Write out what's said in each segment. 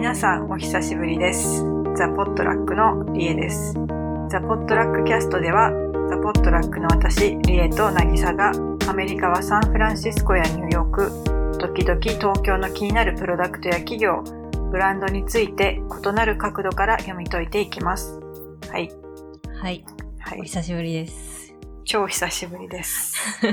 皆さんお久しぶりです。ザ・ポットラックのリエです。ザ・ポットラックキャストでは、ザ・ポットラックの私、リエとナギサが、アメリカはサンフランシスコやニューヨーク、時々東京の気になるプロダクトや企業、ブランドについて異なる角度から読み解いていきます。はい。 はい。はい。お久しぶりです。 超久しぶりです。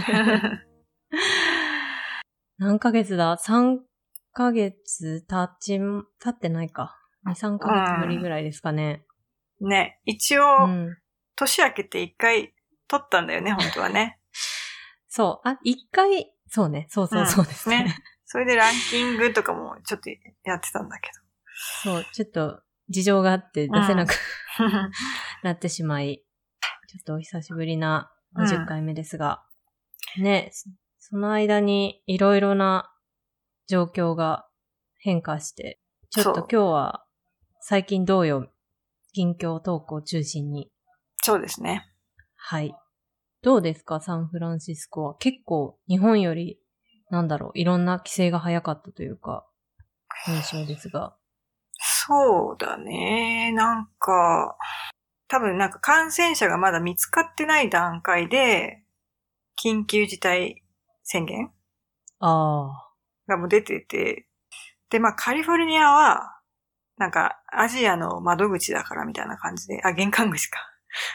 何ヶ月だ ?3 ヶ月経ってないか。2、3ヶ月ぶりぐらいですかね。 ね。一応、年明けて1回撮ったんだよね、本当はね。 そう。1回、そうね。そうですね。 それでランキングとかもちょっとやってたんだけど。そう。ちょっと事情があって出せなく、なってしまい、ちょっとお久しぶりな20回目ですが、ね、その間にいろいろな状況が変化して、ちょっと今日は最近同様、近況投稿を中心に。 そうですね。 はい。どうですか、サンフランシスコは。結構日本より、いろんな規制が早かったというか、印象ですが。 そうだね。多分感染者がまだ見つかってない段階で、緊急事態宣言がもう出てて、で、カリフォルニアは、アジアの窓口だからみたいな感じで、玄関口か。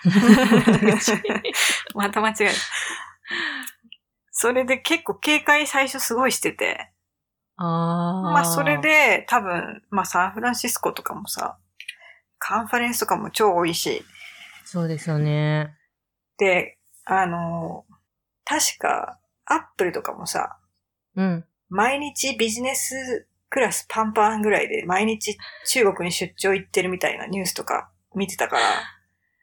また間違えた。それで結構警戒最初すごいしてて。それで多分、サンフランシスコとかもさ、カンファレンスとかも超多いし。 そうですよね。 で、確か、アップルとかもさ、毎日ビジネスクラスパンパンぐらいで毎日中国に出張行ってるみたいなニュースとか見てたから、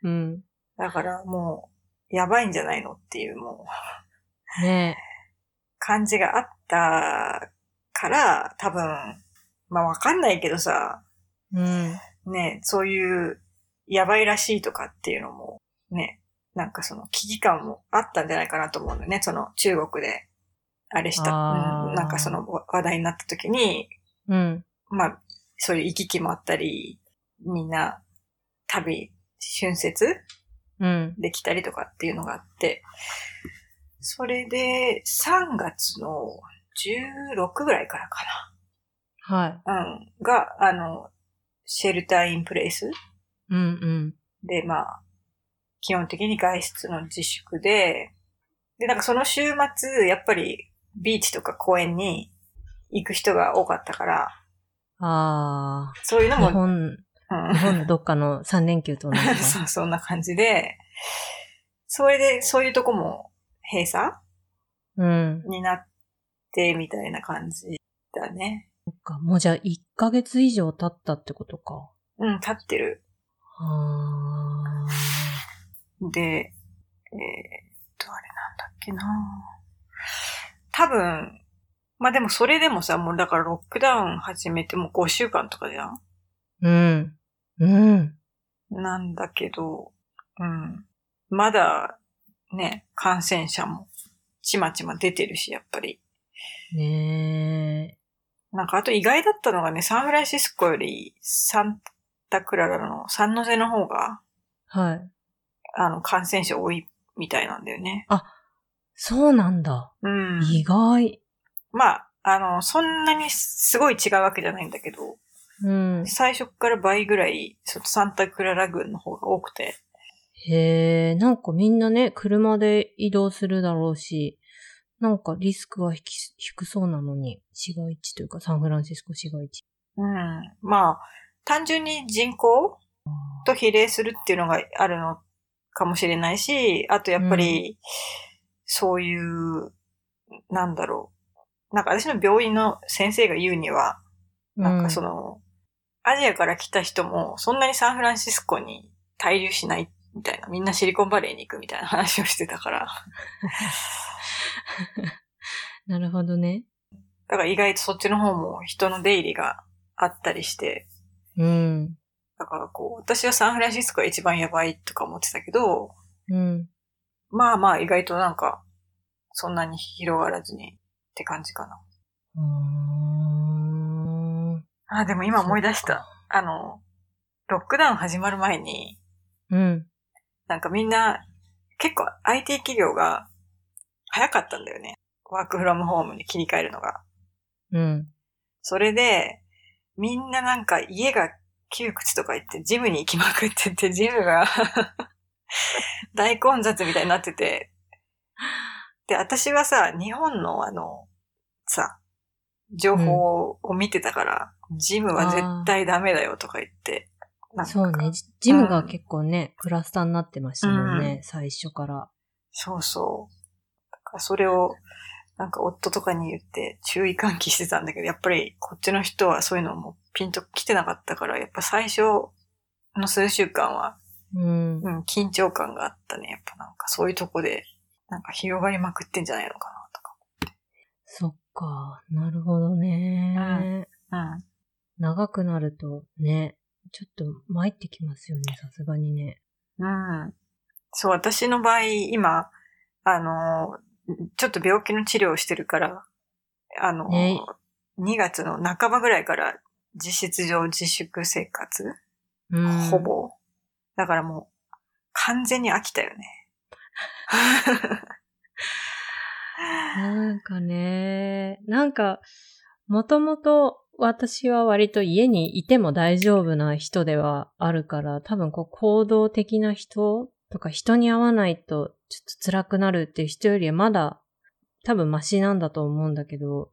だからもうやばいんじゃないのっていうね、 感じがあったから多分わかんないけどさ、ね、そういうやばいらしいとかっていうのもね、その危機感もあったんじゃないかなと思うんだよね。その中国であれした、その話題になった時に、そういう行き来もあったり、みんな春節できたりとかっていうのがあって、それで3月の16ぐらいからかな。はい。 が、シェルターインプレイス。で、基本的に外出の自粛で、その週末、やっぱりビーチとか公園に行く人が多かったから、そういうのも、 日本のどっかの3連休と同じか。 そう、そんな感じで、それで、そういうとこも閉鎖になってみたいな感じだね。 そっか、もうじゃあ1ヶ月以上経ったってことか。 経ってる。で、あれなんだっけな。多分、でもそれでもさ、もうだからロックダウン始めても5週間とかじゃん？なんだけど、まだね、感染者もちまちま出てるし、やっぱり。 ねえ。あと意外だったのがね、サンフランシスコよりサンタクララのサンノゼの方が、感染者多いみたいなんだよね。 そうなんだ。意外。 そんなにすごい違うわけじゃないんだけど、最初から倍ぐらい、サンタクララ郡の方が多くて。 へえ、みんなね、車で移動するだろうし、リスクは低そうなのに、市街地というかサンフランシスコ市街地。 単純に人口と比例するっていうのがあるのかもしれないし、あとやっぱり、そういう、私の病院の先生が言うには、アジアから来た人もそんなにサンフランシスコに滞留しないみたいな、みんなシリコンバレーに行くみたいな話をしてたから。 なるほどね。 だから意外とそっちの方も人の出入りがあったりして。だから私はサンフランシスコが一番やばいとか思ってたけど、意外とそんなに広がらずにって感じかな。 あ、でも今思い出した。ロックダウン始まる前に、 うん。 なんかみんな、結構 IT 企業が早かったんだよね。ワークフロムホームに切り替えるのが。 うん。 それで、みんななんか家が窮屈とか言ってジムに行きまくってて、ジムが大混雑みたいになってて。で、私はさ、日本のさ、情報を見てたから、ジムは絶対ダメだよとか言って、 そうね。ジムが結構ね、クラスターになってましたもんね、最初から。 そうそう。だからそれを、なんか夫とかに言って注意喚起してたんだけど、やっぱりこっちの人はそういうのもピンと来てなかったから、やっぱ最初の数週間は、緊張感があったね。やっぱなんかそういうとこで、なんか広がりまくってんじゃないのかなとか。 そっか、なるほどね。長くなるとね、ちょっと参ってきますよね、さすがにね。 そう、私の場合、今、ちょっと病気の治療をしてるから、2月の半ばぐらいから実質上自粛生活、ほぼ。だからもう、完全に飽きたよね。 なんかね、もともと私は割と家にいても大丈夫な人ではあるから、多分行動的な人とか人に会わないとちょっと辛くなるっていう人よりはまだ多分マシなんだと思うんだけど、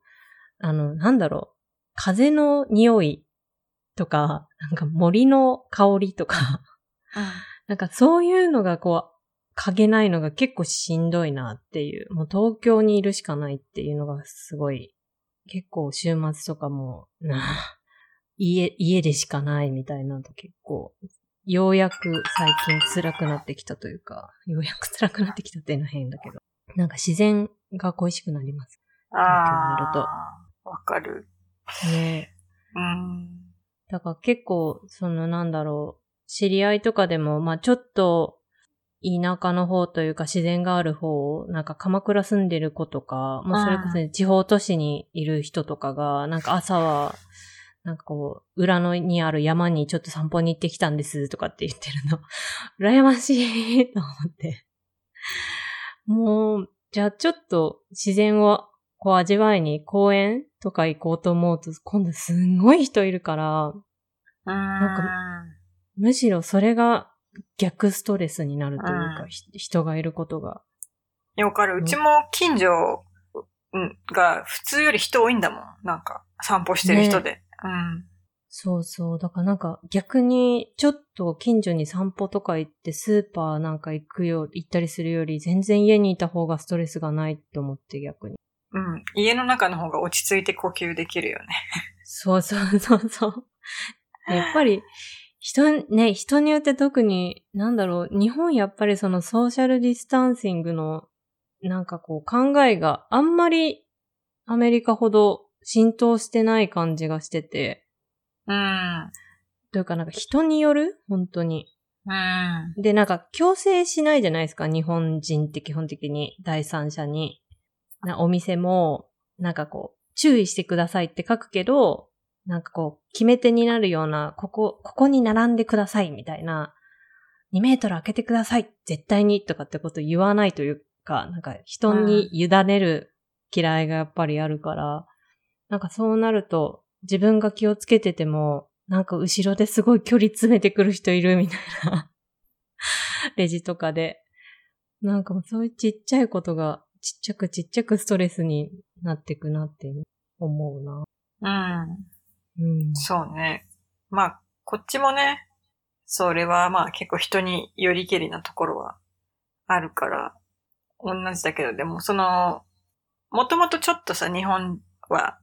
風の匂いとか、なんか森の香りとか、なんかそういうのが嗅げないのが結構しんどいなっていう、もう東京にいるしかないっていうのがすごい、結構週末とかも、家でしかないみたいなのと結構、ようやく最近辛くなってきたというか、ようやく辛くなってきたっていうのは変だけど、なんか自然が恋しくなります。東京にいると。 わかる。 ね。だから結構、知り合いとかでも、まあちょっと、田舎の方というか自然がある方、なんか鎌倉住んでる子とか、もうそれこそ、ね、地方都市にいる人とかが、なんか朝は、なんか裏にある山にちょっと散歩に行ってきたんですとかって言ってるの。羨ましいと思って。もう、じゃあちょっと自然を味わいに公園とか行こうと思うと、今度すんごい人いるから、なんか、むしろそれが逆ストレスになるというか、人がいることが。 いや、わかる。うちも近所が普通より人多いんだもん。なんか、散歩してる人で。ね、 そうそう。だからなんか逆にちょっと近所に散歩とか行ってスーパーなんか行ったりするより全然家にいた方がストレスがないと思って逆に。 家の中の方が落ち着いて呼吸できるよね。 そうそうそうそう。やっぱり人によって特に日本やっぱりそのソーシャルディスタンシングの考えがあんまりアメリカほど浸透してない感じがしてて。というか人による本当に。で強制しないじゃないですか、日本人って基本的に第三者に。お店も、注意してくださいって書くけど、決め手になるような、ここに並んでくださいみたいな、2メートル開けてください絶対にとかってこと言わないというか、人に委ねる嫌いがやっぱりあるから、そうなると、自分が気をつけてても、後ろですごい距離詰めてくる人いるみたいな。レジとかで。そういうちっちゃいことが、ちっちゃくストレスになってくなって思うな。 そうね。まあ、こっちもね、それはまあ結構人によりけりなところはあるから、同じだけど、でももともとちょっとさ、日本は、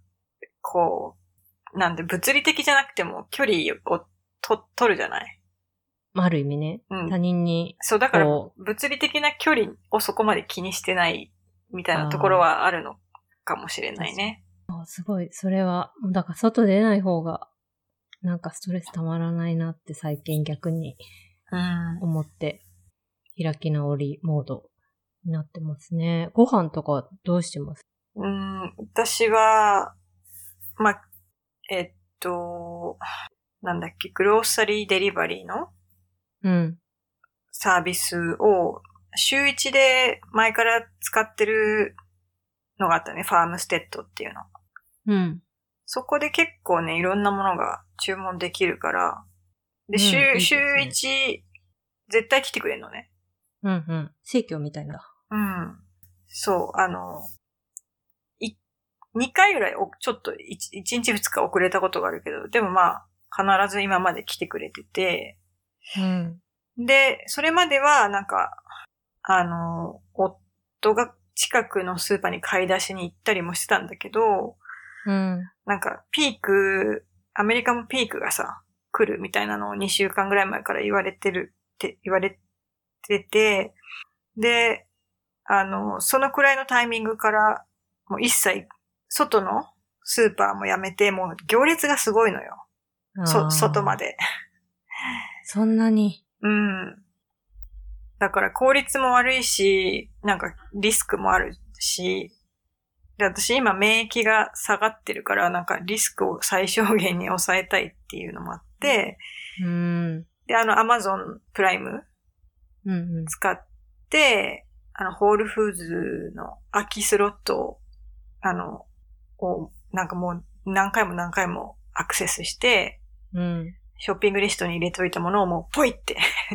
物理的じゃなくても距離を取るじゃない？ ある意味ね。他人に。 そう、だから物理的な距離をそこまで気にしてないみたいなところはあるのかもしれないね。 すごい、それは、だから外出ない方が、ストレスたまらないなって最近逆に思って、開き直りモードになってますね。ご飯とかどうしてます？ 私は、まあ、 なんだっけ、グローサリーデリバリーのうん。 サービスを週1で前から使ってるのがあったね。ファームステッドっていうの。 うん。 そこで結構ね、いろんなものが注文できるから、で、週1絶対来てくれるのね。 うんうん。生協みたいな。 うん。そう、2回ぐらいちょっと1日2日遅れたことがあるけど、でもまあ、必ず今まで来てくれてて、 うん。 で、それまではなんか、夫が近くのスーパーに買い出しに行ったりもしてたんだけど、 うん。 なんかアメリカもピークがさ、来るみたいなのを2週間ぐらい前から言われてて、で、そのくらいのタイミングから、もう一切、外のスーパーもやめて、もう行列がすごいのよ。外まで。 そんなに。 うん。だから効率も悪いし、なんかリスクもあるし、で、私今免疫が下がってるから、なんかリスクを最小限に抑えたいっていうのもあって、で、Amazon プライム使って、ホールフーズの空きスロットを、なんかもう何回も何回もアクセスして、ショッピングリストに入れといたものをもうポイって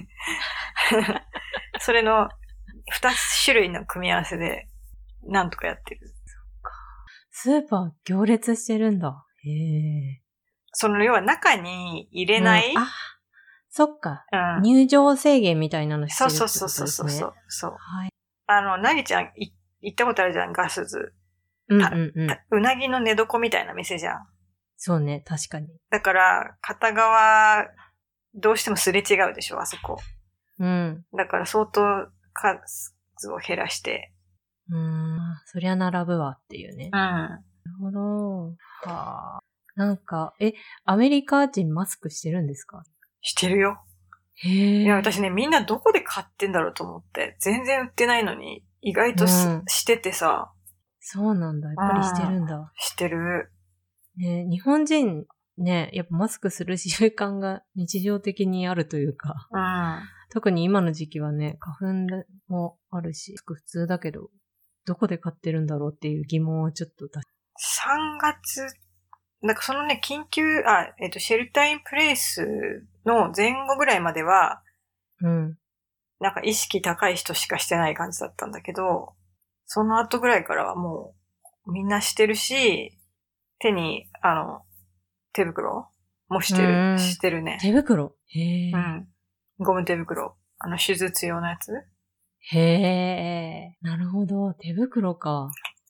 それの2種類の組み合わせでなんとかやってる。 スーパー行列してるんだ。へえ。 その要は中に入れない、 そっか、入場制限みたいなのしてるってことですね。 そう。 はい。 なぎちゃん行ったことあるじゃん、ガスズ。うなぎの寝床みたいな店じゃん。 そうね、確かに。 だから、片側、どうしてもすれ違うでしょ、あそこ。だから相当数を減らして。 そりゃ並ぶわっていうね。なるほど。はあ。なんか、アメリカ人マスクしてるんですか？ してるよ。 へえ。 いや、私ね、みんなどこで買ってんだろうと思って。全然売ってないのに、意外としててさ。 そうなんだ。やっぱりしてるんだ。 してる。 ね、日本人ね、やっぱマスクする習慣が日常的にあるというか。特に今の時期はね、花粉もあるし、普通だけど、どこで買ってるんだろうっていう疑問はちょっと 3月、なんかそのね、シェルターインプレイスの前後ぐらいまでは、なんか意識高い人しかしてない感じだったんだけど、その後ぐらいからはもうみんなしてるし、手に、手袋もしてるね。 手袋？へー。ゴム手袋。手術用のやつ？ へー。なるほど。手袋か。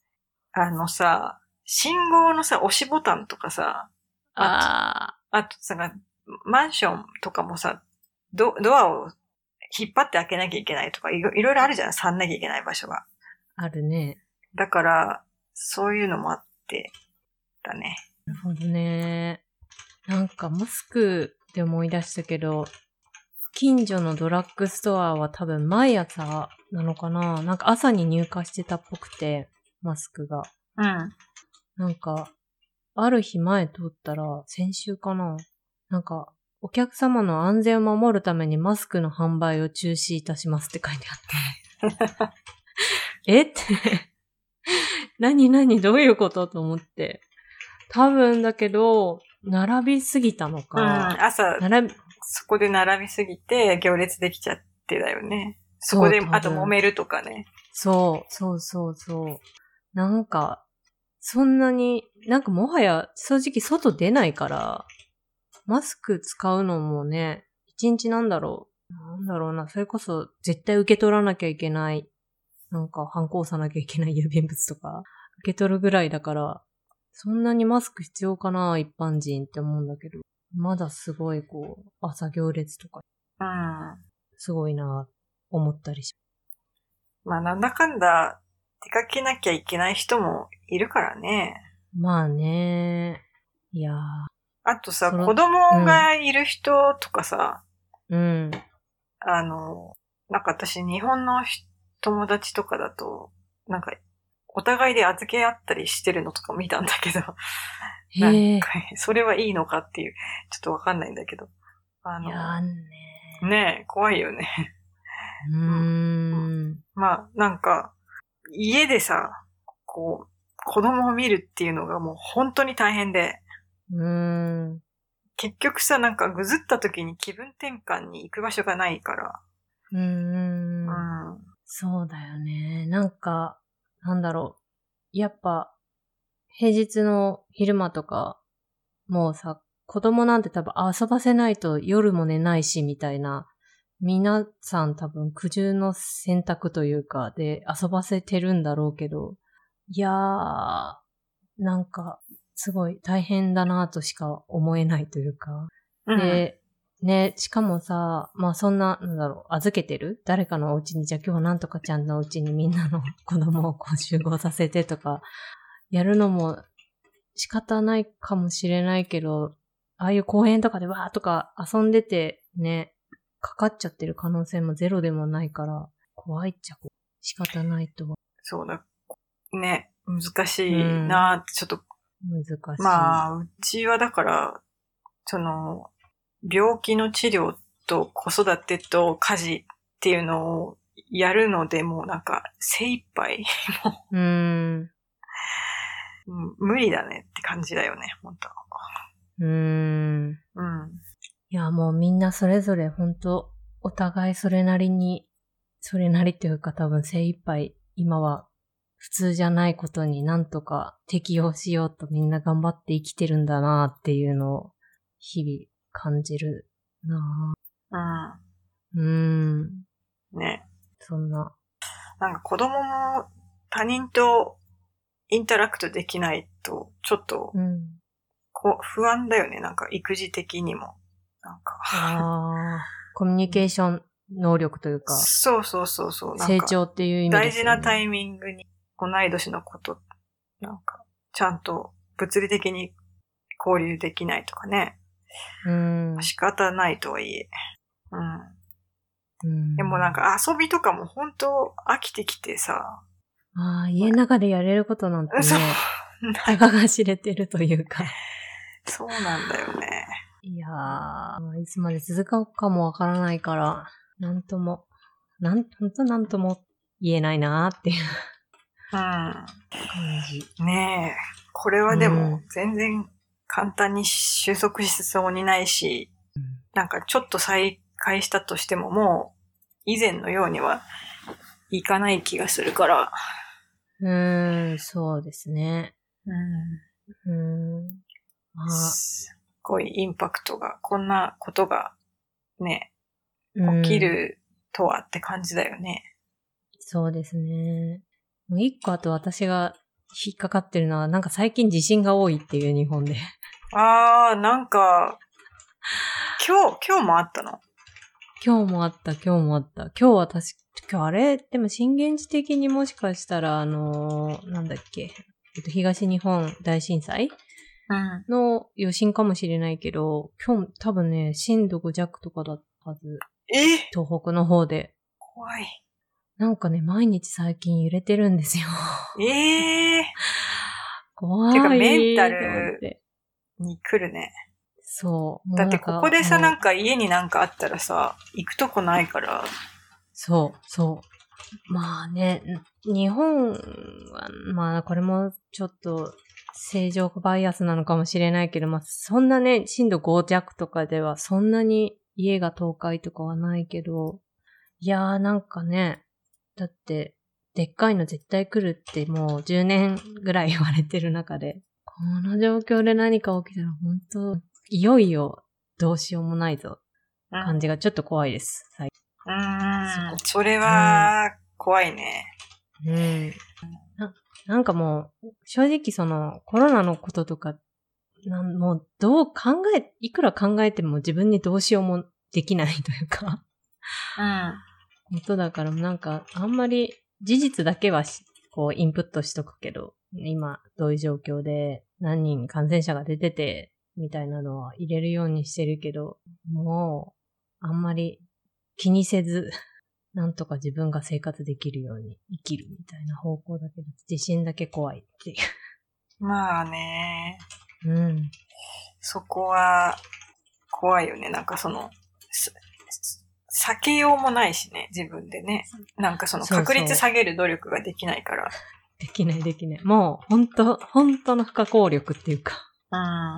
信号のさ、押しボタンとかさ、あとさ、マンションとかもさ、ドアを引っ張って開けなきゃいけないとか、いろいろあるじゃん、触んなきゃいけない場所が。 あるね。 だから、そういうのもあって、だね。 なるほどね。なんかマスクで思い出したけど、近所のドラッグストアは多分毎朝なのかな？なんか朝に入荷してたっぽくて、マスクが。なんか、ある日前通ったら、先週かな？なんか、お客様の安全を守るためにマスクの販売を中止いたしますって書いてあって。って何どういうことと思って。多分だけど、並びすぎたのか。 朝、そこで並びすぎて行列できちゃってだよね。そこで、あと揉めるとかね。 そう。なんか、そんなに、なんかもはや正直外出ないから、マスク使うのもね、一日なんだろうな、それこそ絶対受け取らなきゃいけない、なんか反抗さなきゃいけない郵便物とか、受け取るぐらいだから、そんなにマスク必要かな、一般人って思うんだけど、まだすごい朝行列とか、すごいな、思ったりしまあなんだかんだ出かけなきゃいけない人もいるからね。 まあね。いやー。 あとさ、子供がいる人とかさ、なんか私日本の友達とかだと、なんかお互いで預け合ったりしてるのとか見たんだけど、 へえ。 それはいいのかっていう、ちょっとわかんないんだけど。 いやね。 ねえ、怖いよね。まあ、なんか、家でさ、こう、子供を見るっていうのがもう本当に大変で、結局さ、なんかぐずった時に気分転換に行く場所がないから。 そうだよね。なんか、なんだろう。やっぱ、平日の昼間とか、もうさ、子供なんて多分遊ばせないと夜も寝ないし、みたいな。皆さん多分苦渋の選択というか、で遊ばせてるんだろうけど、いやー、なんか、すごい大変だなとしか思えないというか。で、ね、しかもさ、まあそんな、なんだろう、預けてる誰かのお家に、じゃあ今日なんとかちゃんのお家にみんなの子供をこう集合させてとか、やるのも仕方ないかもしれないけど、ああいう公園とかでわーとか遊んでてね、かかっちゃってる可能性もゼロでもないから、怖いっちゃ仕方ないとは。 そうだ。ね、難しいなってちょっと。 難しい。 まあ、うちはだから、病気の治療と子育てと家事っていうのをやるので、もうなんか精一杯無理だねって感じだよね、本当。 いや、もうみんなそれぞれ本当お互いそれなりというか多分精一杯今は普通じゃないことになんとか適応しようとみんな頑張って生きてるんだなっていうのを日々感じるなぁ。 ね。 そんな。 なんか子供も他人とインタラクトできないとちょっと、不安だよね。なんか育児的にも。なんかコミュニケーション能力というか。 そう。 成長っていう意味ですよね。 大事なタイミングに同い年の子と、なんか、ちゃんと物理的に交流できないとかね。仕方ないとはいえ。でもなんか遊びとかも本当飽きてきてさ。 家の中でやれることなんてね、たかが知れてるというか。 そうなんだよね。 いやー、いつまで続くかもわからないから、なんとも言えないなーっていう感じ。 ねえ。これはでも全然簡単に収束しそうにないし、なんかちょっと再開したとしてももう以前のようにはいかない気がするから。 そうですね。 すごいインパクトが、こんなことがね、起きるとはって感じだよね。 そうですね。もう一個あと私が引っかかってるのは、なんか最近地震が多いっていう日本で。 なんか、今日もあったの？ 今日もあった。今日あれでも震源地的にもしかしたら、なんだっけ、東日本大震災の余震かもしれないけど、今日多分ね、震度5弱とかだったはず。東北の方で。 怖い。 なんかね、毎日最近揺れてるんですよ。怖い。 てかメンタルに来るね。 そう。 だってここでさ、なんか家になんかあったらさ、行くとこないから。 そう。まあね、日本は、まあこれもちょっと正常バイアスなのかもしれないけど、まあそんなね、震度5弱とかではそんなに家が倒壊とかはないけど、いやーなんかね、だって、でっかいの絶対来るってもう10年ぐらい言われてる中で、この状況で何か起きたら本当いよいよどうしようもないぞ。感じがちょっと怖いです。 それは怖いね。 なんかもう、正直そのコロナのこととか、もういくら考えても自分にどうしようもできないというか。本当だからなんかあんまり事実だけはこうインプットしとくけど、今どういう状況で何人感染者が出ててみたいなのは入れるようにしてるけど、もうあんまり気にせずなんとか自分が生活できるように生きるみたいな方向だけど、地震だけ怖いっていう。 まあね。 うん。 そこは怖いよね。なんか避けようもないしね、自分でね。なんか確率下げる努力ができないから。 できない。もう、本当の不可抗力っていうか。 うん。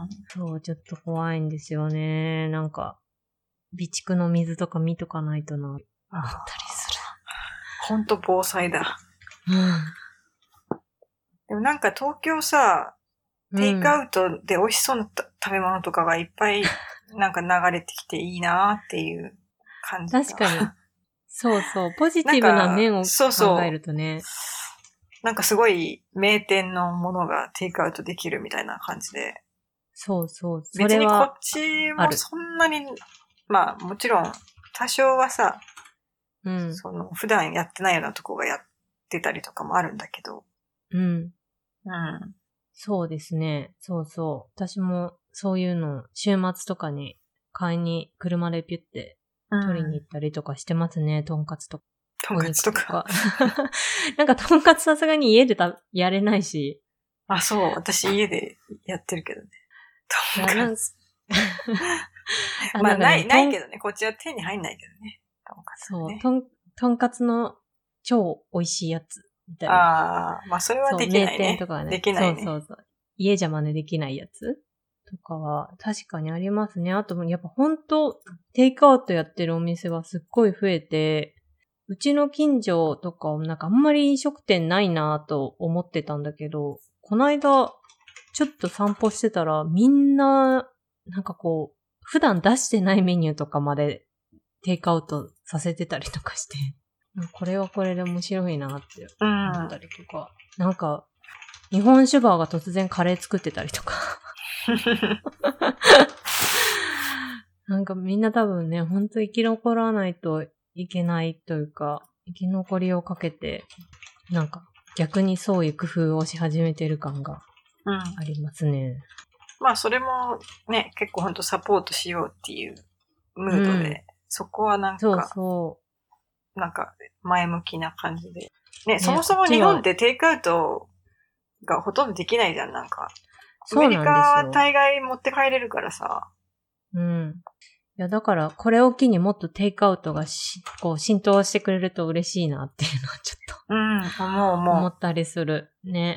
そう、ちょっと怖いんですよね。なんか、備蓄の水とか見とかないとな、思ったりする。 ほんと防災だ。 うん。 でもなんか東京さ、テイクアウトで美味しそうな食べ物とかがいっぱいなんか流れてきていいなっていう感じが。 確かに。そうそう。ポジティブな面を考えるとね。 なんかすごい名店のものがテイクアウトできるみたいな感じで。 そうそう。 別にこっちもそんなに、まあもちろん多少はさ、 うん、 普段やってないようなとこがやってたりとかもあるんだけど。 うん。 うん。 そうですね。そうそう。私もそういうの週末とかに買いに車でピュって取りに行ったりとかしてますね。とんかつとか。 とんかつとか。 なんかとんかつさすがに家でやれないし。 あ、そう。私家でやってるけどね。とんかつ。まあないけどね。こっちは手に入んないけどね。とんかつ、ね。 そう。とんかつの超美味しいやつ。みたいな。 ああ、まあそれはできないね。 名店とかね。 できないね。 そう。家じゃ真似できないやつとかは確かにありますね。あとやっぱ本当テイクアウトやってるお店はすっごい増えて、うちの近所とかなんかあんまり飲食店ないなと思ってたんだけど、この間ちょっと散歩してたらみんななんかこう普段出してないメニューとかまでテイクアウトさせてたりとかして、これはこれで面白いなって思ったりとか、なんか日本酒バーが突然カレー作ってたりとかなんかみんな多分ね、ほんと生き残らないといけないというか、生き残りをかけて、なんか逆にそういう工夫をし始めてる感がありますね。 まあそれもね、結構ほんとサポートしようっていうムードで、そこはなんか、なんか前向きな感じで。ね、そもそも日本ってテイクアウトがほとんどできないじゃん、なんか。アメリカは大概持って帰れるからさ。 うん。いや、だから、これを機にもっとテイクアウトがこう、浸透してくれると嬉しいなっていうのはちょっと。思ったりする。ね。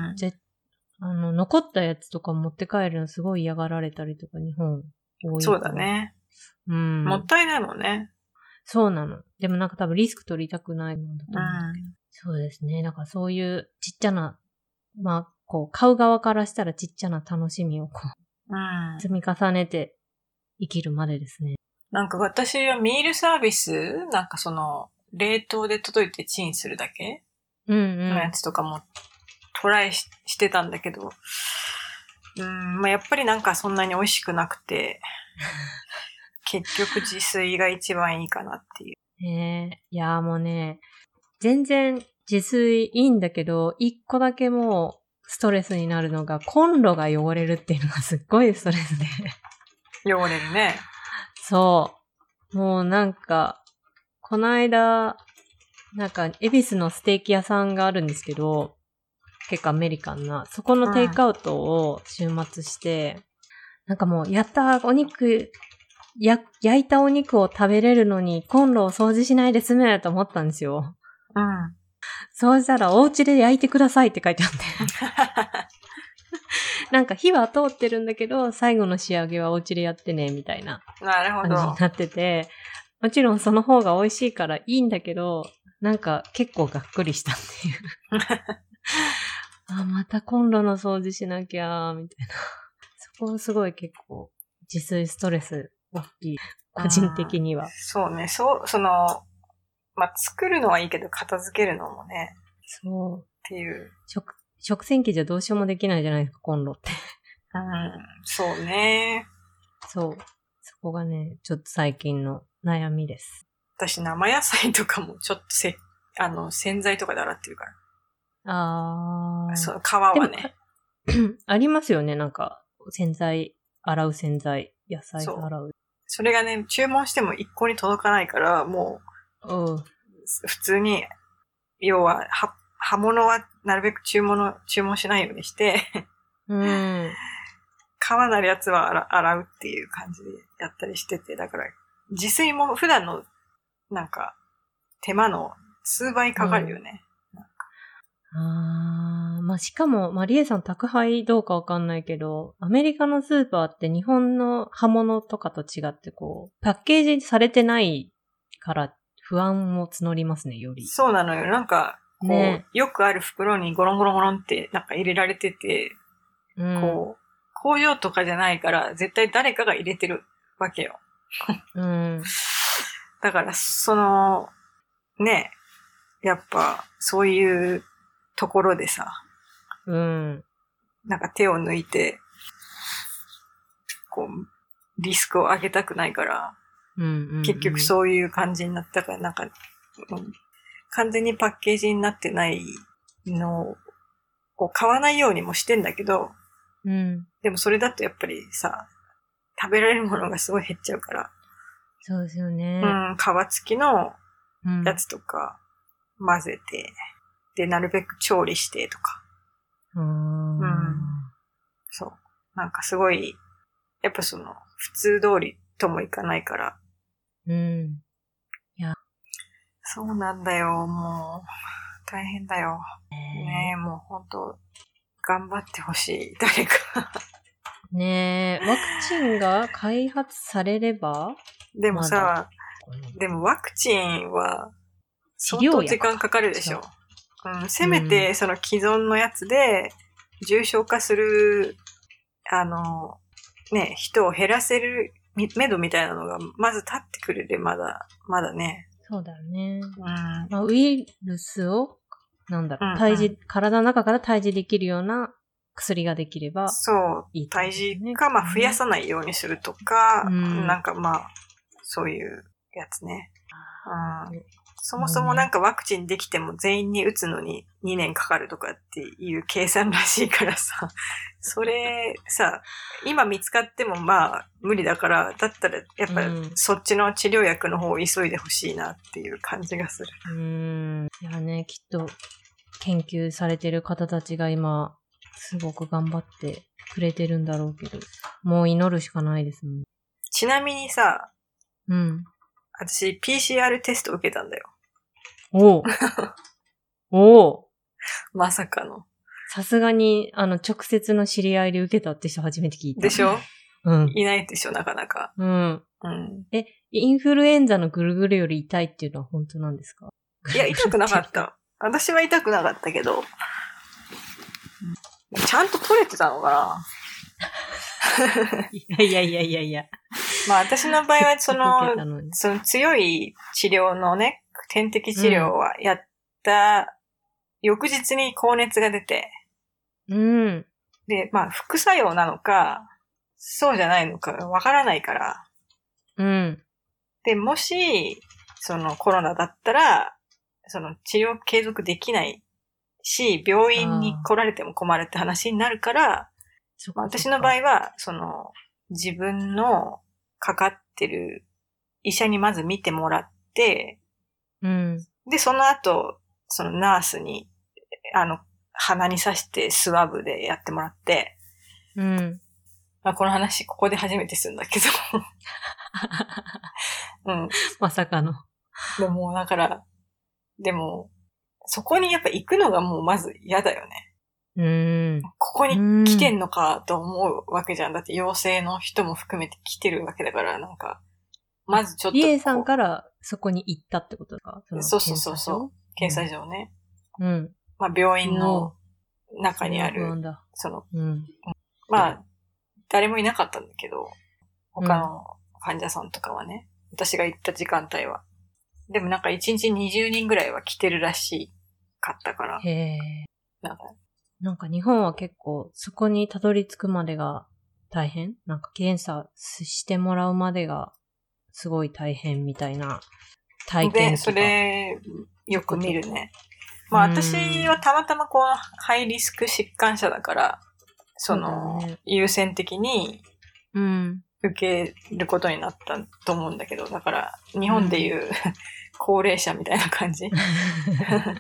残ったやつとか持って帰るのすごい嫌がられたりとか、日本多い。 そうだね。うん。もったいないもんね。 そうなの。でもなんか多分リスク取りたくないもんだと思うんだけど。そうですね。だからそういうちっちゃな、まあ、こう、買う側からしたらちっちゃな楽しみをこう、積み重ねて生きるまでですね。 なんか私はミールサービスなんか冷凍で届いてチンするだけのやつとかもトライしてたんだけど、まあ、やっぱりなんかそんなに美味しくなくて、結局自炊が一番いいかなっていう。 いやもうね、全然自炊いいんだけど、一個だけもうストレスになるのがコンロが汚れるっていうのがすっごいストレスで。 汚れるね。 そう。もうなんか、この間、なんか、恵比寿のステーキ屋さんがあるんですけど、結構アメリカンな、そこのテイクアウトを週末して、なんかもう、やったお肉、焼いたお肉を食べれるのにコンロを掃除しないで済むと思ったんですよ。そうしたら、お家で焼いてくださいって書いてあって。なんか火は通ってるんだけど、最後の仕上げはお家でやってね、みたいな感じになってて、もちろんその方が美味しいからいいんだけど、なんか結構がっくりしたっていう。またコンロの掃除しなきゃ、みたいな。そこすごい結構自炊ストレス大きい。個人的には。 そうね、まあ、作るのはいいけど片付けるのもね。 そう。 っていう。 食洗機じゃどうしようもできないじゃないですか、コンロって。 そうね。 そう。そこがね、ちょっと最近の悩みです。 私、生野菜とかもちょっと洗剤とかで洗ってるから。そう、皮はね。 ありますよね、なんか、洗う洗剤、野菜洗う。 それがね、注文しても一向に届かないから、もう、普通に、要は、葉物はなるべく注文しないようにして、 皮なるやつは洗うっていう感じでやったりしてて、だから自炊も普段のなんか手間の数倍かかるよね。 まあ、しかも、まあ、リエさん宅配どうかわかんないけど、アメリカのスーパーって日本の刃物とかと違ってこう、パッケージされてないから不安を募りますね、より。 そうなのよ。なんか、こう、ね、よくある袋にゴロンゴロンゴロンってなんか入れられてて、こう、工場とかじゃないから絶対誰かが入れてるわけよ。だから、ね、やっぱそういうところでさ、なんか手を抜いて、こう、リスクを上げたくないから、結局そういう感じになったから、なんか、完全にパッケージになってないのを買わないようにもしてんだけど、でもそれだとやっぱりさ、食べられるものがすごい減っちゃうから。 そうですよね。 皮付きのやつとか混ぜて、で、なるべく調理してとか。そう。なんかすごい、やっぱ普通通りともいかないから。 いや。 そうなんだよ、もう。大変だよ。ねえ、もう本当頑張ってほしい、誰か。 ねえ、ワクチンが開発されればでもさ、でもワクチンは相当時間かかるでしょ。せめてその既存のやつで重症化する、ね、人を減らせる目処みたいなのがまず立ってくれてまだね。 そうだよね。まあ、ウイルスを、体の中から退治できるような薬ができればいい、 退治か、まあ増やさないようにするとか、なんかまあ、そういうやつね。そもそもなんかワクチンできても全員に打つのに2年かかるとかっていう計算らしいからさ、それさ、今見つかってもまあ無理だから、だったらやっぱりそっちの治療薬の方を急いでほしいなっていう感じがする。 いやね、きっと研究されてる方たちが今すごく頑張ってくれてるんだろうけど、もう祈るしかないですもん。 ちなみにさ、私 PCR テスト受けたんだよ。まさかの。 さすがに、直接の知り合いで受けたって人初めて聞いた。 でしょ？いないでしょ、なかなか。 インフルエンザのぐるぐるより痛いっていうのは本当なんですか？ いや、痛くなかった。私は痛くなかったけど、ちゃんと取れてたのかな？ いや。 まあ私の場合はその強い治療のね、点滴治療はやった翌日に高熱が出て、で、まあ副作用なのか、そうじゃないのかわからないから、で、もし、コロナだったら、治療継続できないし、病院に来られても困るって話になるから、私の場合は、自分のかかってる医者にまず見てもらって、で、その後、ナースに、鼻に刺してスワブでやってもらって、まあ、この話、ここで初めてするんだけど。 まさかの。 でも、だから、そこにやっぱ行くのがもうまず嫌だよね。ここに来てんのかと思うわけじゃん。だって陽性の人も含めて来てるわけだから、なんか、まずちょっと。 リエさんからそこに行ったってことか？ そう。検査場ね。まあ病院の中にある、まあ、誰もいなかったんだけど、他の患者さんとかはね、私が行った時間帯は。でもなんか1日20人ぐらいは来てるらしかったから。 なんか日本は結構そこにたどり着くまでが大変？なんか検査してもらうまでがすごい大変みたいな体験とか。 で、それよく見るね。まあ私はたまたまこうハイリスク疾患者だから、優先的に受けることになったと思うんだけど、だから日本でいう高齢者みたいな感じ。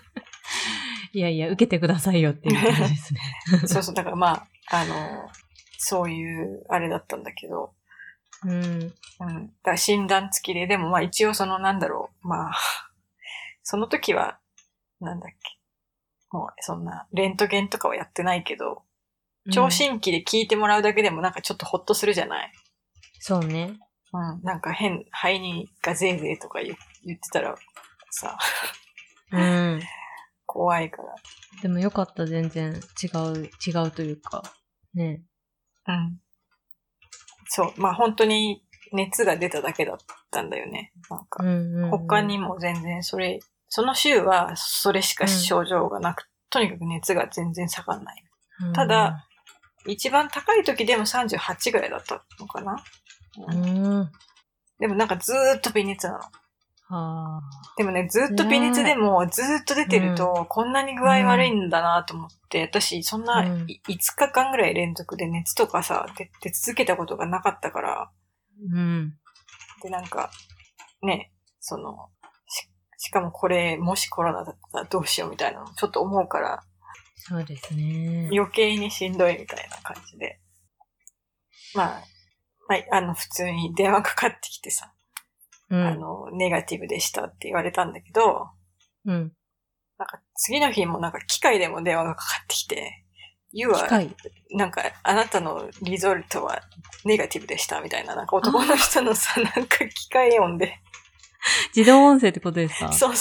いやいや、受けてくださいよっていう感じですね。 そう、だからまあ、 そういうあれだったんだけど、 うん。 うん。だから診断付きで、でもまあ一応なんだろう、まあ、その時は、なんだっけ、もうそんな、レントゲンとかはやってないけど、聴診器で聞いてもらうだけでもなんかちょっとホッとするじゃない？ そうね。 うん。なんか肺にガゼーゼーとか言ってたらさ、 うん。 怖いから。 でもよかった、全然違うというか。ね。 うん。そう。まあ本当に熱が出ただけだったんだよね。なんか、他にも全然その週はそれしか症状がなく、とにかく熱が全然下がんない。ただ、一番高い時でも38ぐらいだったのかな。でもなんかずーっと微熱なの。でもね、ずっと微熱でもずーっと出てると、こんなに具合悪いんだなと思って、私そんな5日間ぐらい連続で熱とかさ、出続けたことがなかったから、でなんか、ね、しかもこれ、もしコロナだったらどうしようみたいなのちょっと思うから、 そうですね。 余計にしんどいみたいな感じで。まあ、普通に電話かかってきてさ、ネガティブでしたって言われたんだけど、なんか次の日もなんか機械でも電話がかかってきて、なんかあなたのリゾルトはネガティブでしたみたいな、なんか男の人のさ、なんか機械音で。 自動音声ってことですか？ そう。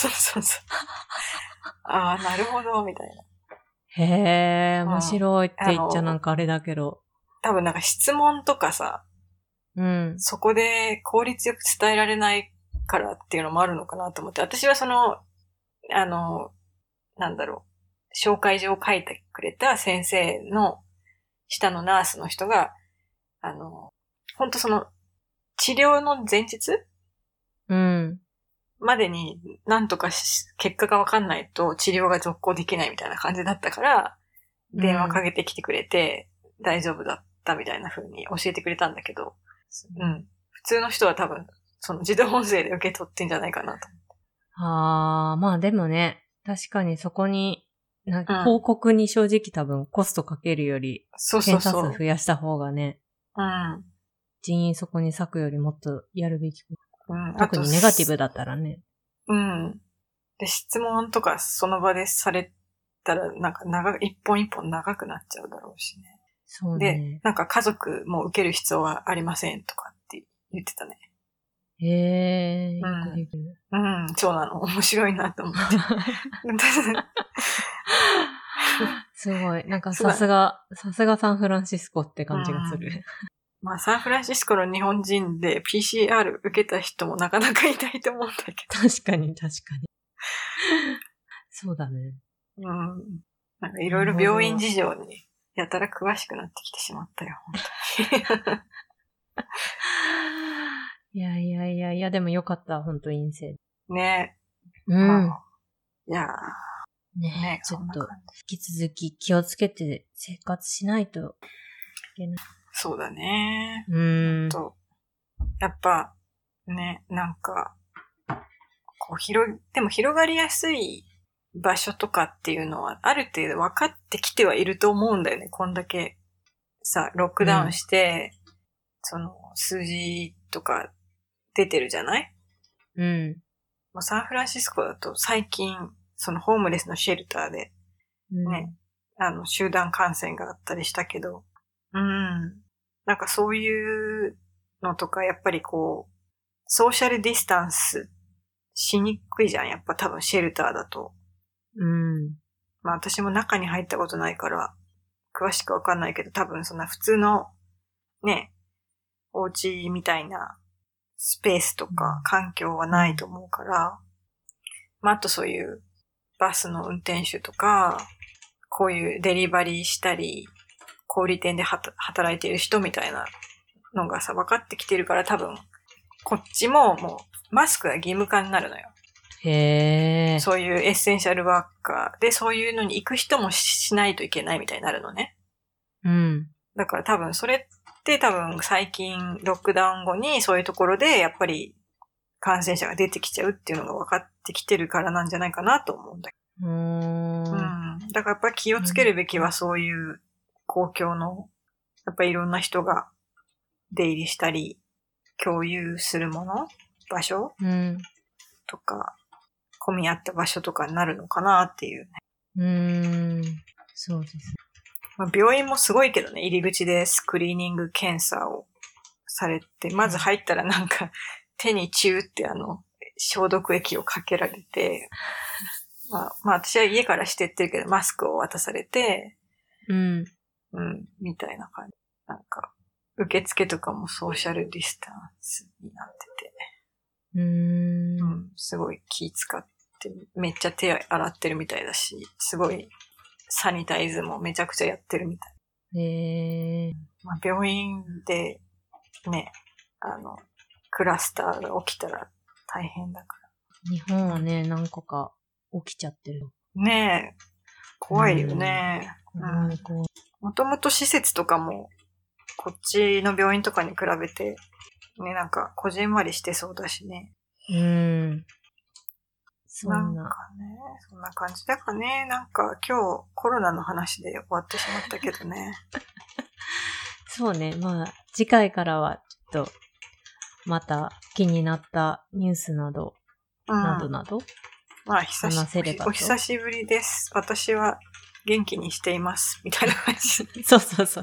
ああ、なるほど、みたいな。 へえ、面白いって言っちゃなんかあれだけど。 多分なんか質問とかさ、そこで効率よく伝えられないからっていうのもあるのかなと思って、私はなんだろう、紹介状を書いてくれた先生の下のナースの人が、ほんと治療の前日までになんとか結果がわかんないと治療が続行できないみたいな感じだったから、電話かけてきてくれて大丈夫だったみたいな風に教えてくれたんだけど、普通の人は多分自動音声で受け取ってんじゃないかなと思って。 まあでもね、確かにそこに、報告に正直多分コストかけるより、検査数増やした方がね、人員そこに割くよりもっとやるべき。特にネガティブだったらね。 で、質問とかその場でされたら、なんか一本一本長くなっちゃうだろうしね。 そうね。 で、なんか家族も受ける必要はありませんとかって言ってたね。 へそうなの。面白いなと思って。 すごい。なんかさすがサンフランシスコって感じがする。 まあ、サンフランシスコの日本人で PCR 受けた人もなかなかいないと思うんだけど。確かに。そうだね。 なんかいろいろ病院事情にやたら詳しくなってきてしまったよ、本当に。 いや、でもよかった、本当陰性。 ね。いやね、ちょっと引き続き気をつけて生活しないといけない。 そうだね。やっぱ、ね、なんか、でも広がりやすい場所とかっていうのはある程度分かってきてはいると思うんだよね。こんだけさ、ロックダウンして、数字とか出てるじゃない？サンフランシスコだと最近、ホームレスのシェルターで、ね、集団感染があったりしたけど、なんかそういうのとか、やっぱりソーシャルディスタンスしにくいじゃん。やっぱ多分シェルターだと。まあ私も中に入ったことないから、詳しくわかんないけど、多分そんな普通の、ね、お家みたいなスペースとか環境はないと思うから、まああとそういうバスの運転手とか、こういうデリバリーしたり、小売店で働いている人みたいなのがさ、分かってきてるから多分、こっちももうマスクが義務化になるのよ。 へー。 そういうエッセンシャルワーカーでそういうのに行く人もしないといけないみたいになるのね。だから多分それって最近ロックダウン後にそういうところでやっぱり感染者が出てきちゃうっていうのが分かってきてるからなんじゃないかなと思うんだけど。だからやっぱり気をつけるべきはそういう公共の、 やっぱりいろんな人が出入りしたり、共有するもの、場所、とか、混み合った場所とかになるのかなっていうね。そうですね。 まあ、病院もすごいけどね、入り口でスクリーニング検査をされて、まず入ったらなんか手にチューって消毒液をかけられて、まあ私は家からしてってるけど、マスクを渡されて、みたいな感じ。なんか、受付とかもソーシャルディスタンスになってて、すごい気使って、めっちゃ手洗ってるみたいだし、すごいサニタイズもめちゃくちゃやってるみたい。まあ、病院でね、クラスターが起きたら大変だから。 日本はね、何個か起きちゃってる。 ねえ、怖いよね。もともと施設とかも、こっちの病院とかに比べて、ね、なんか、こじんまりしてそうだしね。なんかね、そんな感じだかね。なんか、今日コロナの話で終わってしまったけどね。 そうね、まあ、次回からは、ちょっと、また気になったニュースなど、など、 まあ、お久しぶりです。私は元気にしています。みたいな感じ。 そう。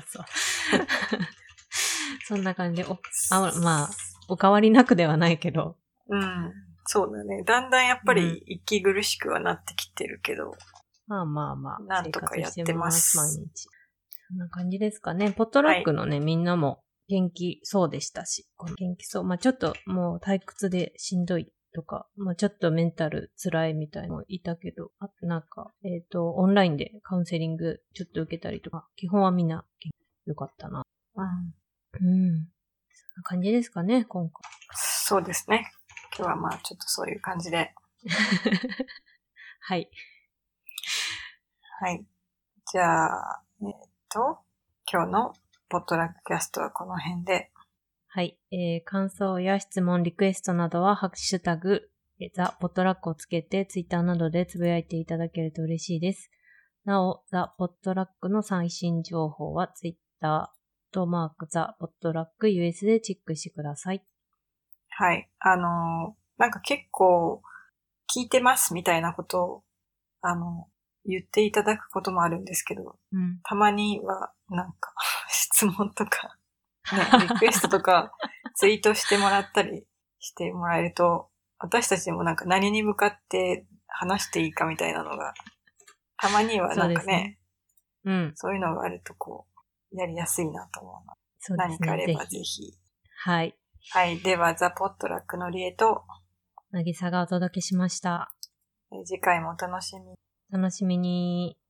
そんな感じで、まあ、お変わりなくではないけど。 そうだね。だんだんやっぱり息苦しくはなってきてるけど。 まあ。 なんとかやってます。 毎日。そんな感じですかね。ポットラックのね、みんなも元気そうでしたし。元気そう。まあちょっともう退屈でしんどいとか、まあちょっとメンタル辛いみたいなのもいたけど、あとなんか、オンラインでカウンセリングちょっと受けたりとか、基本はみんなよかったな。そんな感じですかね、今回。 そうですね。今日はまあちょっとそういう感じで。 はい。 はい。じゃあ、今日のポットラックキャストはこの辺で。 はい。感想や質問、リクエストなどは、ハッシュタグ、ザ・ポットラックをつけて、ツイッターなどでつぶやいていただけると嬉しいです。なお、ザ・ポットラックの最新情報は、ツイッターとマーク、ザ・ポットラック US でチェックしてください。 はい。なんか結構、聞いてますみたいなことを、言っていただくこともあるんですけど、たまには、なんか、質問とか、ね、リクエストとか、ツイートしてもらったりしてもらえると、私たちもなんか何に向かって話していいかみたいなのが、たまにはなんかね、そういうのがあるとやりやすいなと思うの。 そうですね。 何かあればぜひ。 はい。 はい。では、ザ・ポットラックのりえと、 なぎさがお届けしました。 次回もお楽しみに。 楽しみに。